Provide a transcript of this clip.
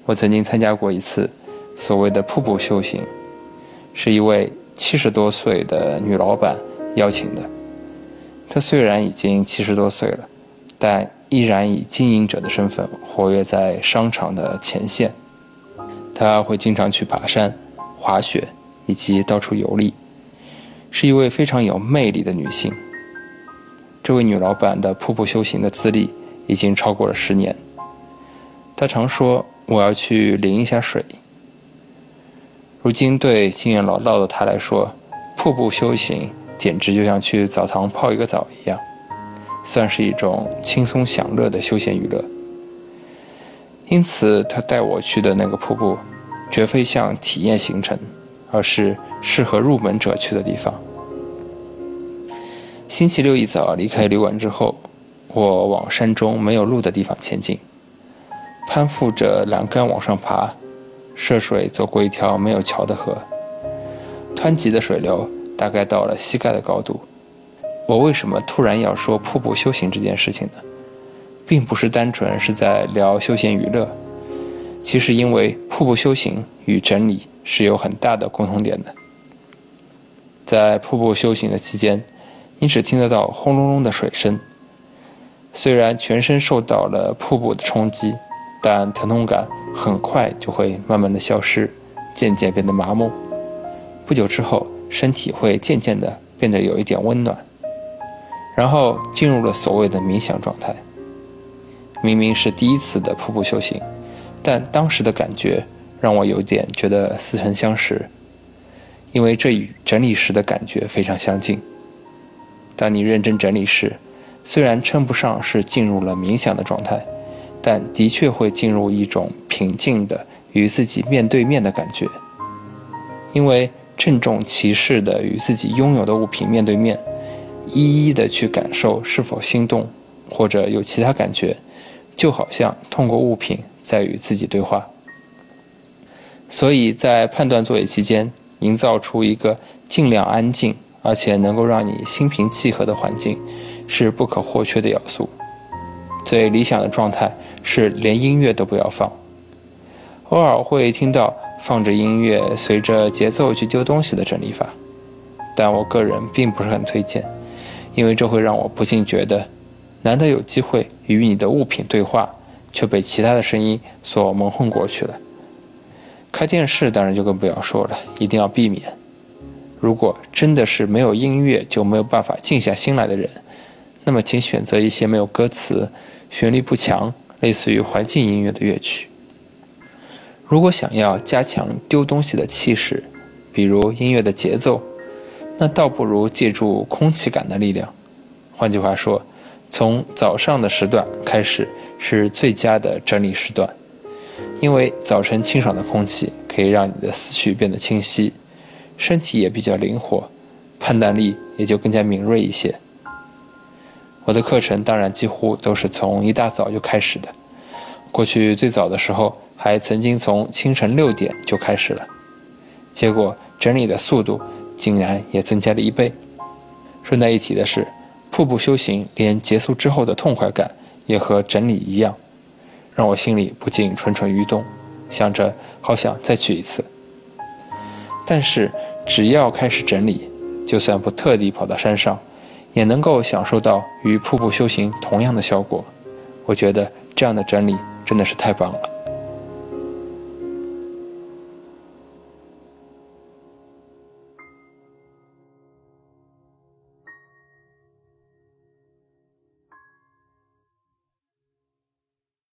我曾经参加过一次所谓的瀑布修行，是一位70多岁的女老板邀请的。她虽然已经70多岁了，但依然以经营者的身份活跃在商场的前线。她会经常去爬山、滑雪以及到处游历，是一位非常有魅力的女性。这位女老板的瀑布修行的资历已经超过了10年。她常说，我要去淋一下水。如今对经验老道的她来说，瀑布修行简直就像去澡堂泡一个澡一样，算是一种轻松享乐的休闲娱乐。因此她带我去的那个瀑布绝非像体验行程，而是适合入门者去的地方。星期六一早离开旅馆之后，我往山中没有路的地方前进，攀附着栏杆往上爬，涉水走过一条没有桥的河，湍急的水流大概到了膝盖的高度。我为什么突然要说瀑布修行这件事情呢？并不是单纯是在聊休闲娱乐，其实因为瀑布修行与整理是有很大的共同点的。在瀑布修行的期间，你只听得到轰隆隆的水声，虽然全身受到了瀑布的冲击，但疼痛感很快就会慢慢的消失，渐渐变得麻木。不久之后，身体会渐渐的变得有一点温暖，然后进入了所谓的冥想状态。明明是第一次的瀑布修行，但当时的感觉让我有点觉得似曾相识，因为这与整理时的感觉非常相近。当你认真整理时，虽然称不上是进入了冥想的状态，但的确会进入一种平静的与自己面对面的感觉。因为郑重其事的与自己拥有的物品面对面，一一的去感受是否心动或者有其他感觉，就好像通过物品在与自己对话。所以在判断作业期间，营造出一个尽量安静而且能够让你心平气和的环境，是不可或缺的要素。最理想的状态是连音乐都不要放。偶尔会听到放着音乐随着节奏去丢东西的整理法，但我个人并不是很推荐，因为这会让我不禁觉得，难得有机会与你的物品对话，却被其他的声音所蒙混过去了。开电视当然就更不要说了，一定要避免。如果真的是没有音乐就没有办法静下心来的人，那么请选择一些没有歌词、旋律不强、类似于环境音乐的乐曲。如果想要加强丢东西的气势，比如音乐的节奏，那倒不如借助空气感的力量。换句话说，从早上的时段开始是最佳的整理时段，因为早晨清爽的空气可以让你的思绪变得清晰，身体也比较灵活，判断力也就更加敏锐一些。我的课程当然几乎都是从一大早就开始的，过去最早的时候还曾经从清晨6点就开始了，结果整理的速度竟然也增加了1倍。顺带一提的是，瀑布修行连结束之后的痛快感也和整理一样，让我心里不禁蠢蠢欲动，想着好想再去一次。但是只要开始整理，就算不特地跑到山上，也能够享受到与瀑布修行同样的效果。我觉得这样的整理真的是太棒了。